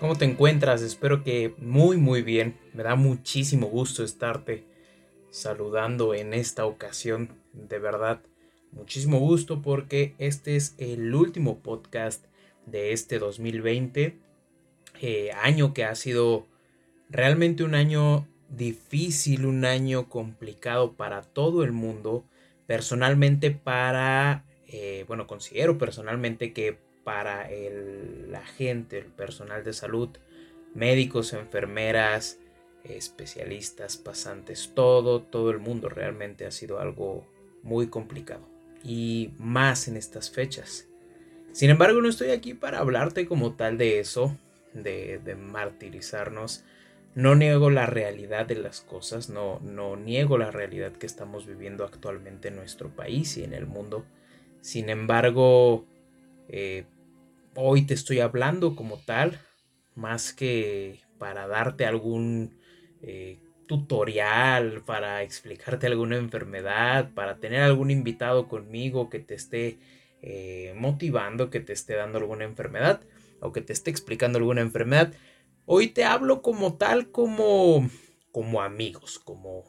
¿Cómo te encuentras? Espero que muy bien. Me da muchísimo gusto estarte saludando en esta ocasión. De verdad, muchísimo gusto porque este es el último podcast de este 2020. Año que ha sido realmente un año difícil, un año complicado para todo el mundo. Personalmente considero personalmente que para la gente, el personal de salud, médicos, enfermeras, especialistas, pasantes, todo el mundo realmente ha sido algo muy complicado. Y más en estas fechas. Sin embargo, no estoy aquí para hablarte como tal de eso, de martirizarnos. No niego la realidad de las cosas, no niego la realidad que estamos viviendo actualmente en nuestro país y en el mundo. Sin embargo, eh, hoy te estoy hablando como tal, más que para darte algún tutorial, para explicarte alguna enfermedad, para tener algún invitado conmigo que te esté motivando, que te esté dando alguna enfermedad o que te esté explicando alguna enfermedad. Hoy te hablo como tal, como amigos,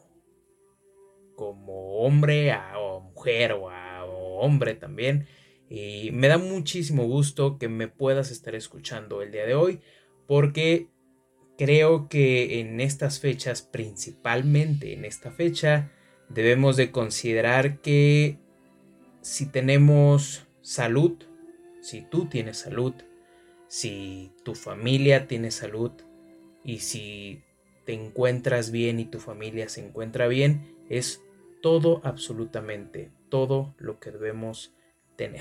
como hombre o mujer o hombre también. Y me da muchísimo gusto que me puedas estar escuchando el día de hoy porque creo que en estas fechas, principalmente en esta fecha, debemos de considerar que si tenemos salud, si tú tienes salud, si tu familia tiene salud y si te encuentras bien y tu familia se encuentra bien, es todo, absolutamente todo lo que debemos tener.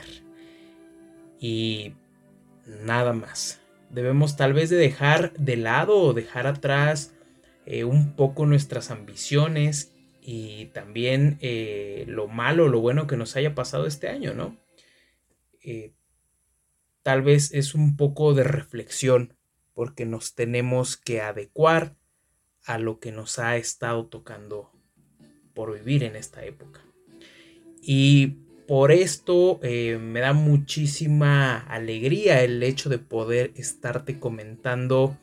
Y nada más. Debemos tal vez de dejar de lado o dejar atrás un poco nuestras ambiciones y también lo malo, lo bueno que nos haya pasado este año, ¿no? Eh, Tal vez es un poco de reflexión porque nos tenemos que adecuar a lo que nos ha estado tocando por vivir en esta época. Y por esto me da muchísima alegría el hecho de poder estarte comentando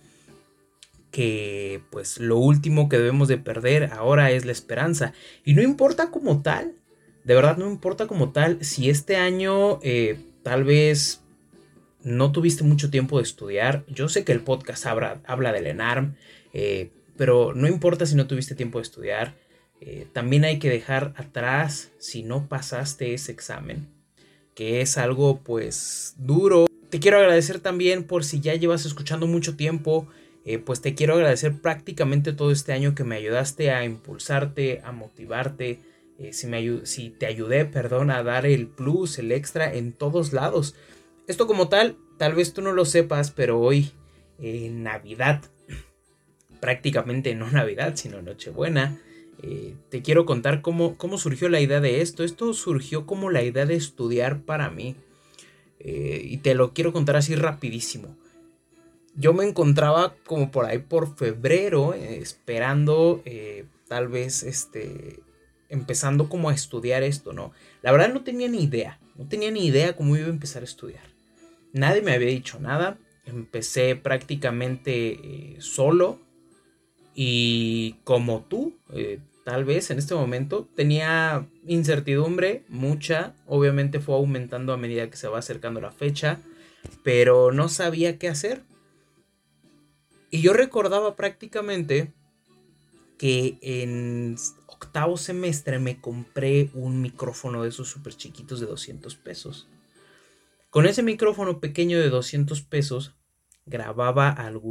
que pues lo último que debemos de perder ahora es la esperanza. Y no importa como tal, de verdad no importa como tal, si este año tal vez no tuviste mucho tiempo de estudiar. Yo sé que el podcast habla del ENARM, pero no importa si no tuviste tiempo de estudiar. También hay que dejar atrás si no pasaste ese examen, que es algo pues duro. Te quiero agradecer también por si ya llevas escuchando mucho tiempo, pues te quiero agradecer prácticamente todo este año que me ayudaste a impulsarte, a motivarte, si te ayudé, perdón, a dar el plus, el extra en todos lados. Esto como tal vez tú no lo sepas, pero hoy, en Navidad, prácticamente no Navidad, sino Nochebuena, te quiero contar cómo surgió la idea de esto. Esto surgió como la idea de estudiar para mí. Y te lo quiero contar así rapidísimo. Yo me encontraba como por ahí por febrero, esperando tal vez empezando como a estudiar esto, ¿no? La verdad no tenía ni idea, no tenía ni idea cómo iba a empezar a estudiar. Nadie me había dicho nada, empecé prácticamente solo y como tú, tal vez en este momento tenía incertidumbre, mucha, obviamente fue aumentando a medida que se va acercando la fecha, pero no sabía qué hacer. Y yo recordaba prácticamente que en octavo semestre me compré un micrófono de esos súper chiquitos de 200 pesos. Con ese micrófono pequeño de 200 pesos grababa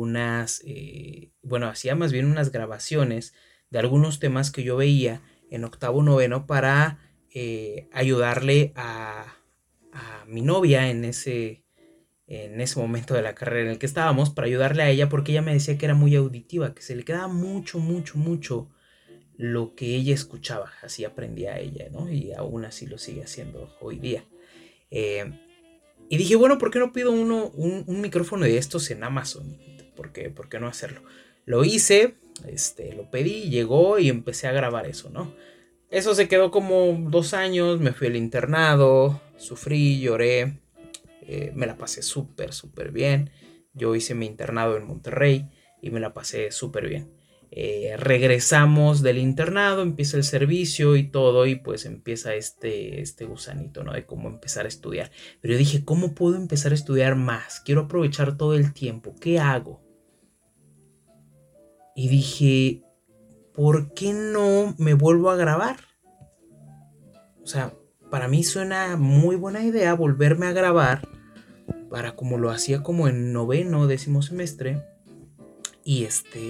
hacía más bien unas grabaciones de algunos temas que yo veía en octavo noveno para ayudarle a mi novia en ese momento de la carrera en el que estábamos, para ayudarle a ella porque ella me decía que era muy auditiva, que se le quedaba mucho lo que ella escuchaba, así aprendía ella, ¿no? Y aún así lo sigue haciendo hoy día. Eh, y dije, bueno, ¿por qué no pido un micrófono de estos en Amazon? ¿Por qué no hacerlo? Lo hice, lo pedí, llegó y empecé a grabar eso, ¿no? Eso se quedó como 2 años, me fui al internado, sufrí, lloré, me la pasé súper bien. Yo hice mi internado en Monterrey y me la pasé súper bien. Regresamos del internado, empieza el servicio y todo, y pues empieza este gusanito, ¿no? De cómo empezar a estudiar. Pero yo dije, ¿cómo puedo empezar a estudiar más? Quiero aprovechar todo el tiempo. ¿Qué hago? Y dije, ¿por qué no me vuelvo a grabar? O sea, para mí suena muy buena idea volverme a grabar para como lo hacía como en noveno, décimo semestre. Y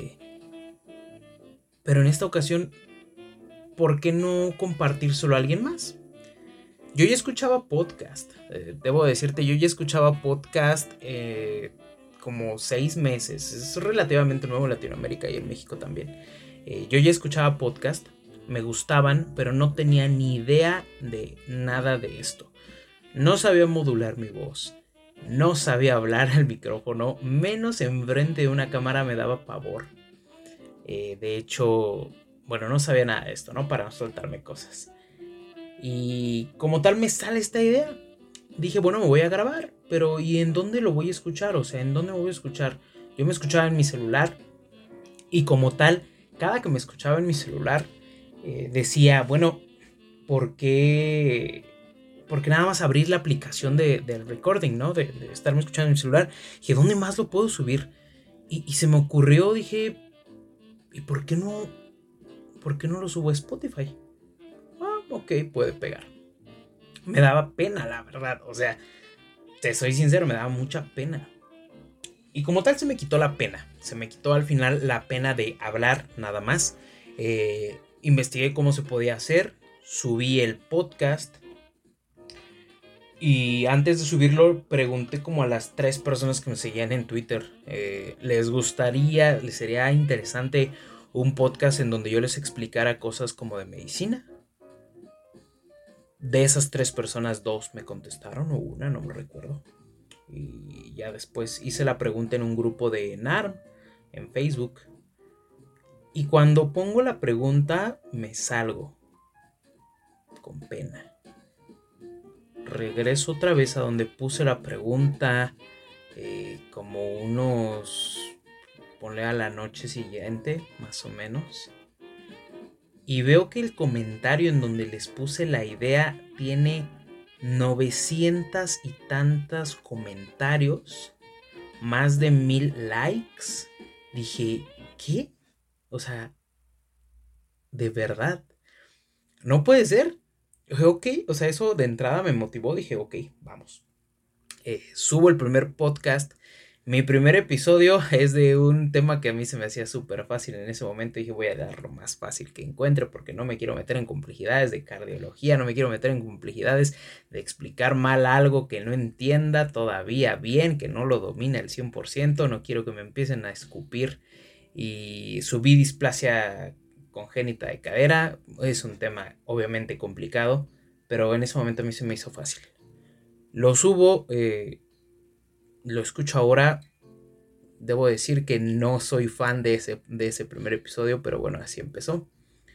pero en esta ocasión, ¿por qué no compartírselo a alguien más? Yo ya escuchaba podcast, debo decirte, yo ya escuchaba podcast como 6 meses. Es relativamente nuevo en Latinoamérica y en México también. Yo ya escuchaba podcast, me gustaban, pero no tenía ni idea de nada de esto. No sabía modular mi voz, no sabía hablar al micrófono, menos enfrente de una cámara me daba pavor. De hecho, bueno, no sabía nada de esto, ¿no? Para no soltarme cosas. Y como tal me sale esta idea. Dije, bueno, me voy a grabar, pero ¿y en dónde lo voy a escuchar? O sea, ¿en dónde me voy a escuchar? Yo me escuchaba en mi celular y como tal, cada que me escuchaba en mi celular, decía, bueno, ¿por qué? Porque nada más abrir la aplicación del recording, ¿no? De estarme escuchando en mi celular. Dije, ¿dónde más lo puedo subir? Y se me ocurrió, dije, ¿y por qué no lo subo a Spotify? Ah, ok, puede pegar. Me daba pena, la verdad. O sea, te soy sincero, me daba mucha pena. Y como tal se me quitó la pena. Se me quitó al final la pena de hablar nada más. Investigué cómo se podía hacer. Subí el podcast. Y antes de subirlo pregunté como a las 3 personas que me seguían en Twitter. ¿Les sería interesante un podcast en donde yo les explicara cosas como de medicina? De esas 3 personas, 2 me contestaron o una, no me recuerdo. Y ya después hice la pregunta en un grupo de NARM en Facebook. Y cuando pongo la pregunta me salgo con pena. Regreso otra vez a donde puse la pregunta, como unos, ponle a la noche siguiente, más o menos. Y veo que el comentario en donde les puse la idea tiene 900 y tantos comentarios, más de 1000 likes. Dije, ¿qué? O sea, de verdad, no puede ser. Dije, ok, o sea, eso de entrada me motivó. Dije, ok, vamos. Subo el primer podcast. Mi primer episodio es de un tema que a mí se me hacía súper fácil en ese momento. Dije, voy a dar lo más fácil que encuentre porque no me quiero meter en complejidades de cardiología, no me quiero meter en complejidades de explicar mal algo que no entienda todavía bien, que no lo domina al 100%. No quiero que me empiecen a escupir. Y subí displasia congénita de cadera. Es un tema obviamente complicado, pero en ese momento a mí se me hizo fácil. Lo subo, lo escucho ahora. Debo decir que no soy fan de ese primer episodio, pero bueno, así empezó.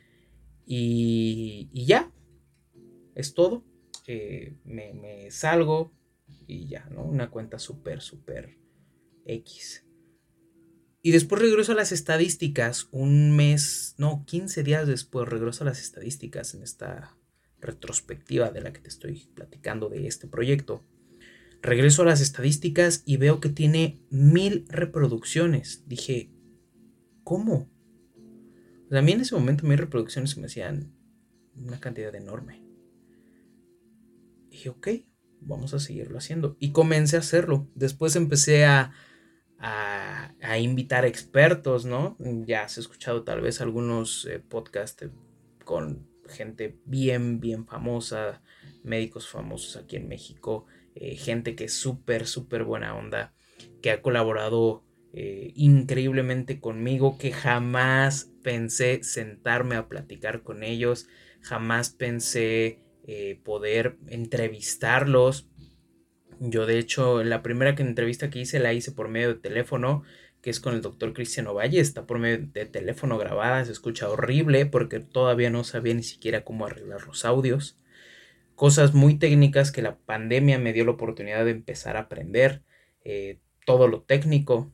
Y ya, es todo. Me salgo y ya, ¿no? Una cuenta súper, súper X. Y después regreso a las estadísticas, un mes, no, 15 días después regreso a las estadísticas en esta retrospectiva de la que te estoy platicando de este proyecto. Regreso a las estadísticas y veo que tiene 1000 reproducciones. Dije, ¿cómo? O sea, a mí en ese momento 1000 reproducciones se me hacían una cantidad enorme. Dije, ok, vamos a seguirlo haciendo. Y comencé a hacerlo. Después empecé a invitar expertos, ¿no? Ya has escuchado tal vez algunos podcasts con gente bien, bien famosa, médicos famosos aquí en México, gente que es súper, súper buena onda, que ha colaborado increíblemente conmigo, que jamás pensé sentarme a platicar con ellos, jamás pensé poder entrevistarlos. Yo de hecho la primera entrevista que hice la hice por medio de teléfono, que es con el doctor Cristiano Valle. Está por medio de teléfono grabada, se escucha horrible porque todavía no sabía ni siquiera cómo arreglar los audios. Cosas muy técnicas que la pandemia me dio la oportunidad de empezar a aprender. todo lo técnico.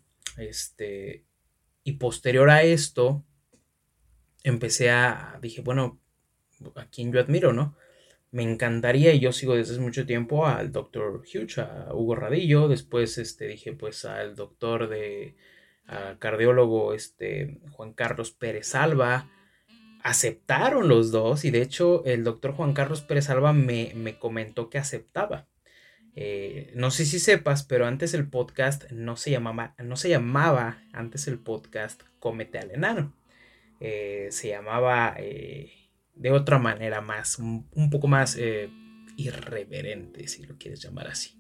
Y posterior a esto, dije, bueno, a quien yo admiro, ¿no? Me encantaría, y yo sigo desde hace mucho tiempo al Dr. Hughes, a Hugo Radillo. Después dije pues al doctor al cardiólogo Juan Carlos Pérez Alba. Aceptaron los dos, y de hecho el doctor Juan Carlos Pérez Alba me comentó que aceptaba. No sé si sepas, pero antes el podcast no se llamaba antes el podcast Cómete al Enano. Se llamaba de otra manera un poco más irreverente, si lo quieres llamar así.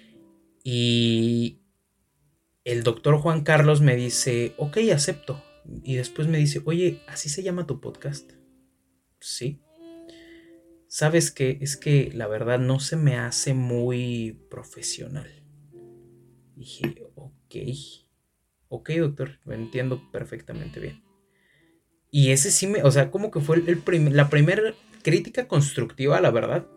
Y el doctor Juan Carlos me dice, ok, acepto. Y después me dice, oye, ¿así se llama tu podcast? Sí. ¿Sabes qué? Es que la verdad no se me hace muy profesional. Dije, ok, doctor, lo entiendo perfectamente bien. Y ese sí o sea, como que fue la primera crítica constructiva, la verdad.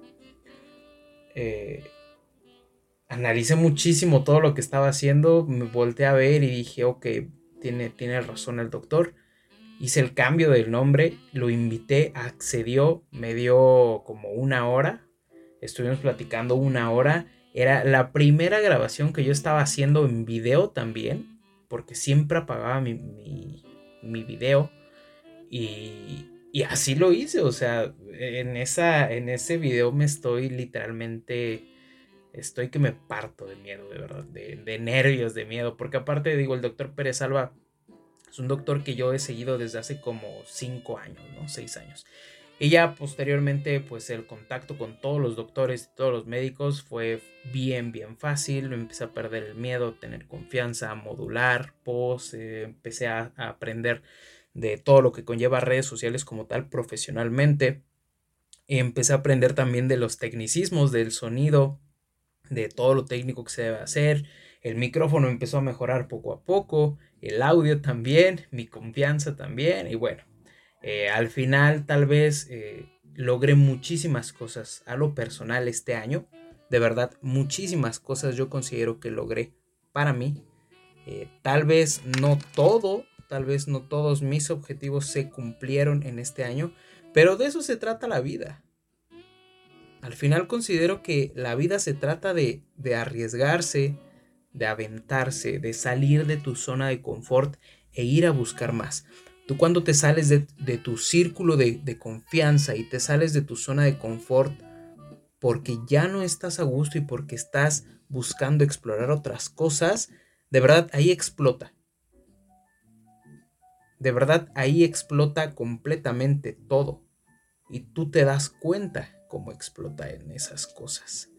Analicé muchísimo todo lo que estaba haciendo, me volteé a ver y dije, ok, tiene razón el doctor. Hice el cambio del nombre, lo invité, accedió, me dio como 1 hora, estuvimos platicando 1 hora. Era la primera grabación que yo estaba haciendo en video también, porque siempre apagaba mi video. Y así lo hice, o sea, en ese video estoy que me parto de miedo, de verdad, de nervios, de miedo, porque aparte digo, el doctor Pérez Alba es un doctor que yo he seguido desde hace como 5 años, ¿no? 6 años. Y ya posteriormente, pues el contacto con todos los doctores y todos los médicos fue bien fácil. Empecé a perder el miedo, tener confianza, modular, empecé a aprender de todo lo que conlleva redes sociales como tal profesionalmente. Empecé a aprender también de los tecnicismos del sonido, de todo lo técnico que se debe hacer. El micrófono empezó a mejorar poco a poco, el audio también, mi confianza también, y bueno, al final tal vez logré muchísimas cosas a lo personal este año. De verdad, muchísimas cosas yo considero que logré para mí. Tal vez no todos mis objetivos se cumplieron en este año, pero de eso se trata la vida. Al final considero que la vida se trata de arriesgarse, de aventarse, de salir de tu zona de confort e ir a buscar más. Tú cuando te sales de tu círculo de confianza y te sales de tu zona de confort porque ya no estás a gusto y porque estás buscando explorar otras cosas, de verdad ahí explota. De verdad ahí explota completamente todo. Y tú te das cuenta cómo explota en esas cosas.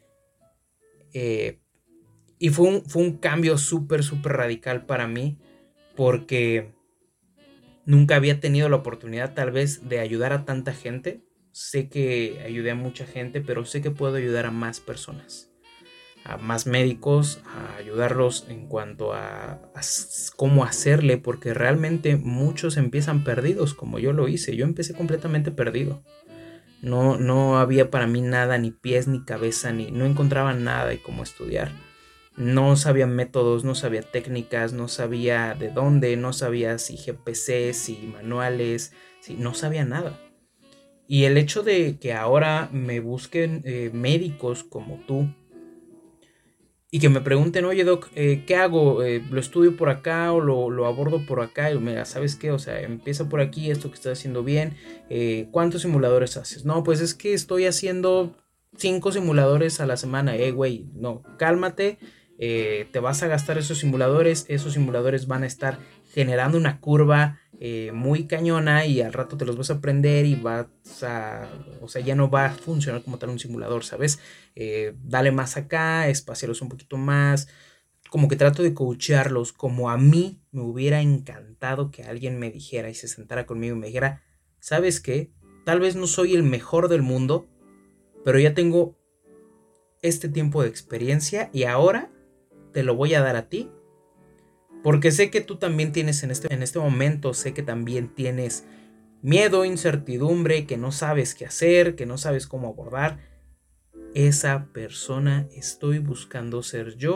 Y fue un cambio súper radical para mí, porque nunca había tenido la oportunidad tal vez de ayudar a tanta gente. Sé que ayudé a mucha gente, pero sé que puedo ayudar a más personas, a más médicos, a ayudarlos en cuanto a cómo hacerle, porque realmente muchos empiezan perdidos como yo lo hice. Yo empecé completamente perdido. No había para mí nada, ni pies ni cabeza, no encontraba nada de cómo estudiar. No sabía métodos, no sabía técnicas, no sabía de dónde, no sabía si GPC, si manuales, no sabía nada. Y el hecho de que ahora me busquen médicos como tú y que me pregunten, oye doc, ¿qué hago? ¿Lo estudio por acá o lo abordo por acá? Y mira, ¿sabes qué? O sea, empieza por aquí, esto que estás haciendo bien. ¿Cuántos simuladores haces? No, pues es que estoy haciendo 5 simuladores a la semana. Güey, no, cálmate. Te vas a gastar esos simuladores van a estar generando una curva muy cañona y al rato te los vas a aprender y o sea, ya no va a funcionar como tal un simulador, ¿sabes? Dale más acá, espaciarlos un poquito más. Como que trato de coachearlos, como a mí me hubiera encantado que alguien me dijera y se sentara conmigo y me dijera, ¿sabes qué? Tal vez no soy el mejor del mundo, pero ya tengo este tiempo de experiencia y ahora te lo voy a dar a ti, porque sé que tú también tienes en este momento, sé que también tienes miedo, incertidumbre, que no sabes qué hacer, que no sabes cómo abordar. Esa persona estoy buscando ser yo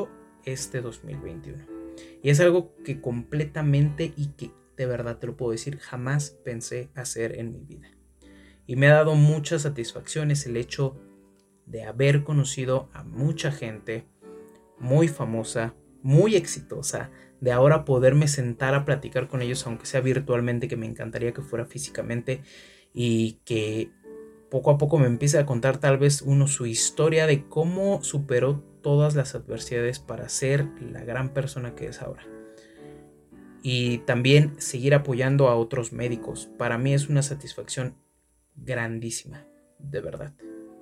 este 2021. Y es algo que completamente y que de verdad te lo puedo decir, jamás pensé hacer en mi vida. Y me ha dado muchas satisfacciones el hecho de haber conocido a mucha gente muy famosa, muy exitosa, de ahora poderme sentar a platicar con ellos, aunque sea virtualmente, que me encantaría que fuera físicamente, y que poco a poco me empiece a contar tal vez uno su historia de cómo superó todas las adversidades para ser la gran persona que es ahora. Y también seguir apoyando a otros médicos. Para mí es una satisfacción grandísima, de verdad.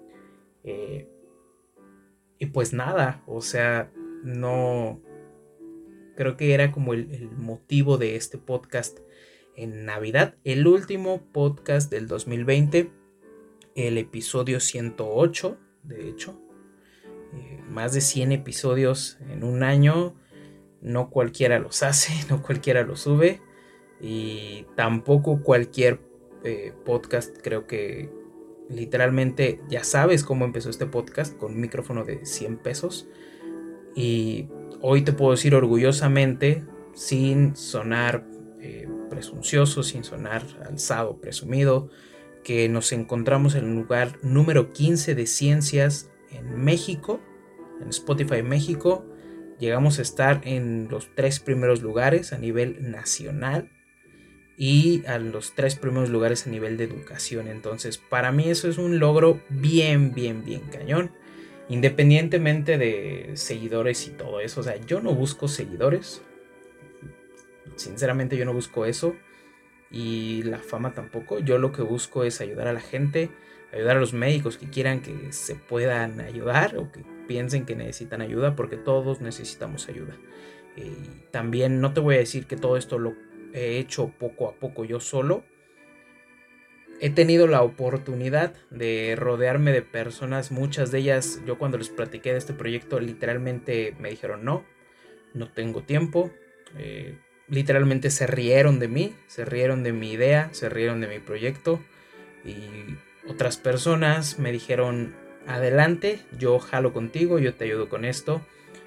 Y pues nada, o sea, no... Creo que era como el motivo de este podcast en Navidad. El último podcast del 2020, el episodio 108, de hecho. Más de 100 episodios en un año. No cualquiera los hace, no cualquiera los sube. Y tampoco cualquier podcast, creo que literalmente ya sabes cómo empezó este podcast, con un micrófono de 100 pesos. Y hoy te puedo decir orgullosamente, sin sonar presuncioso, sin sonar alzado, presumido, que nos encontramos en el lugar número 15 de ciencias en México, en Spotify México. Llegamos a estar en los 3 primeros lugares a nivel nacional y a los 3 primeros lugares a nivel de educación. Entonces, para mí eso es un logro bien cañón. Independientemente de seguidores y todo eso. O sea, yo no busco seguidores. Sinceramente yo no busco eso. Y la fama tampoco. Yo lo que busco es ayudar a la gente. Ayudar a los médicos que quieran que se puedan ayudar. O que piensen que necesitan ayuda. Porque todos necesitamos ayuda. También no te voy a decir que todo esto lo he hecho poco a poco yo solo. He tenido la oportunidad de rodearme de personas, muchas de ellas, yo cuando les platiqué de este proyecto, literalmente me dijeron no tengo tiempo, literalmente se rieron de mí, se rieron de mi idea, se rieron de mi proyecto, y otras personas me dijeron adelante, yo jalo contigo, yo te ayudo con esto.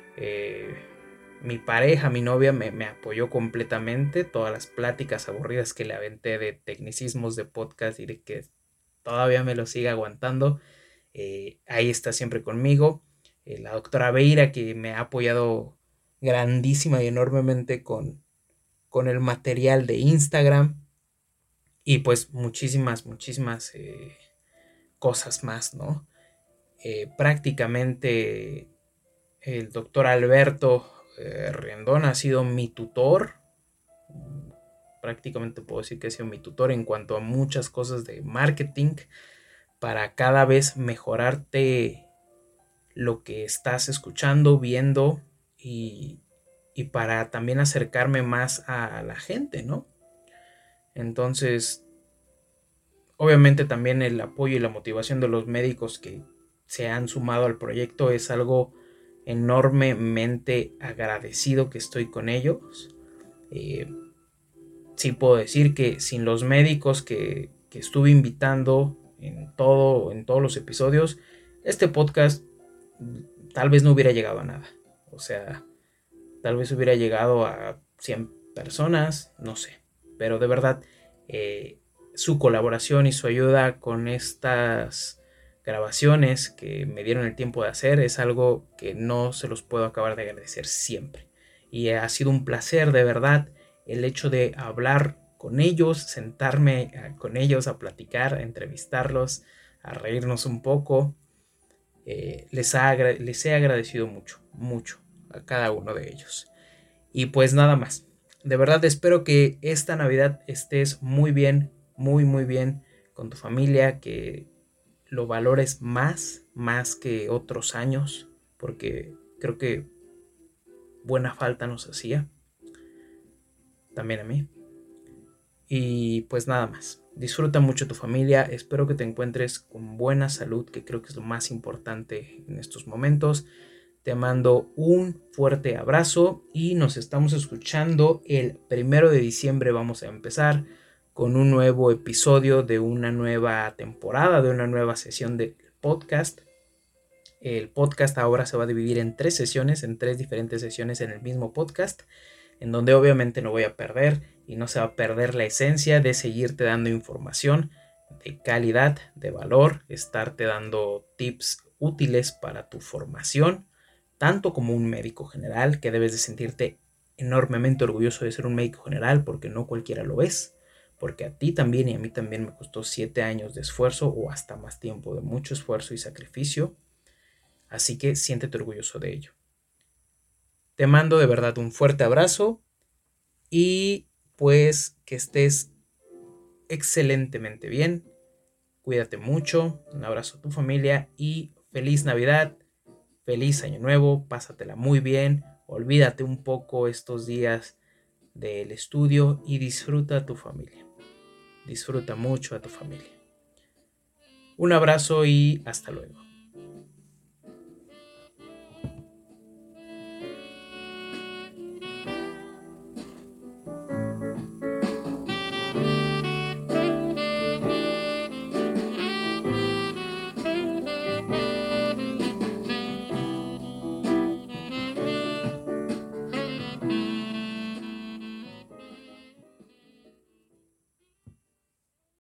Mi pareja, mi novia me apoyó completamente. Todas las pláticas aburridas que le aventé de tecnicismos de podcast y de que todavía me lo sigue aguantando, ahí está siempre conmigo. La doctora Beira, que me ha apoyado grandísima y enormemente con el material de Instagram. Y pues muchísimas cosas más, ¿no? Prácticamente el doctor Alberto Rendón ha sido mi tutor. Prácticamente puedo decir que ha sido mi tutor en cuanto a muchas cosas de marketing para cada vez mejorarte lo que estás escuchando, viendo y para también acercarme más a la gente, ¿no? Entonces, obviamente también el apoyo y la motivación de los médicos que se han sumado al proyecto es algo enormemente agradecido que estoy con ellos. Sí puedo decir que sin los médicos que estuve invitando en todos los episodios, este podcast tal vez no hubiera llegado a nada. O sea, tal vez hubiera llegado a 100 personas, no sé. Pero de verdad, su colaboración y su ayuda con estas grabaciones que me dieron el tiempo de hacer es algo que no se los puedo acabar de agradecer siempre. Y ha sido un placer, de verdad, el hecho de hablar con ellos, sentarme con ellos a platicar, a entrevistarlos, a reírnos un poco. Les he agradecido mucho a cada uno de ellos. Y pues nada más. De verdad espero que esta Navidad estés muy bien, muy bien con tu familia, que lo valores más que otros años, porque creo que buena falta nos hacía, también a mí. Y pues nada más, disfruta mucho tu familia, espero que te encuentres con buena salud, que creo que es lo más importante en estos momentos. Te mando un fuerte abrazo y nos estamos escuchando el 1 de diciembre. Vamos a empezar con un nuevo episodio de una nueva temporada, de una nueva sesión de podcast. El podcast ahora se va a dividir en 3 sesiones, en 3 diferentes sesiones en el mismo podcast, en donde obviamente no voy a perder y no se va a perder la esencia de seguirte dando información de calidad, de valor, estarte dando tips útiles para tu formación, tanto como un médico general, que debes de sentirte enormemente orgulloso de ser un médico general, porque no cualquiera lo es, porque a ti también y a mí también me costó 7 años de esfuerzo o hasta más tiempo, de mucho esfuerzo y sacrificio, así que siéntete orgulloso de ello. Te mando de verdad un fuerte abrazo y pues que estés excelentemente bien. Cuídate mucho, un abrazo a tu familia y feliz Navidad, feliz Año Nuevo, pásatela muy bien, olvídate un poco estos días del estudio y disfruta a tu familia. Disfruta mucho a tu familia. Un abrazo y hasta luego.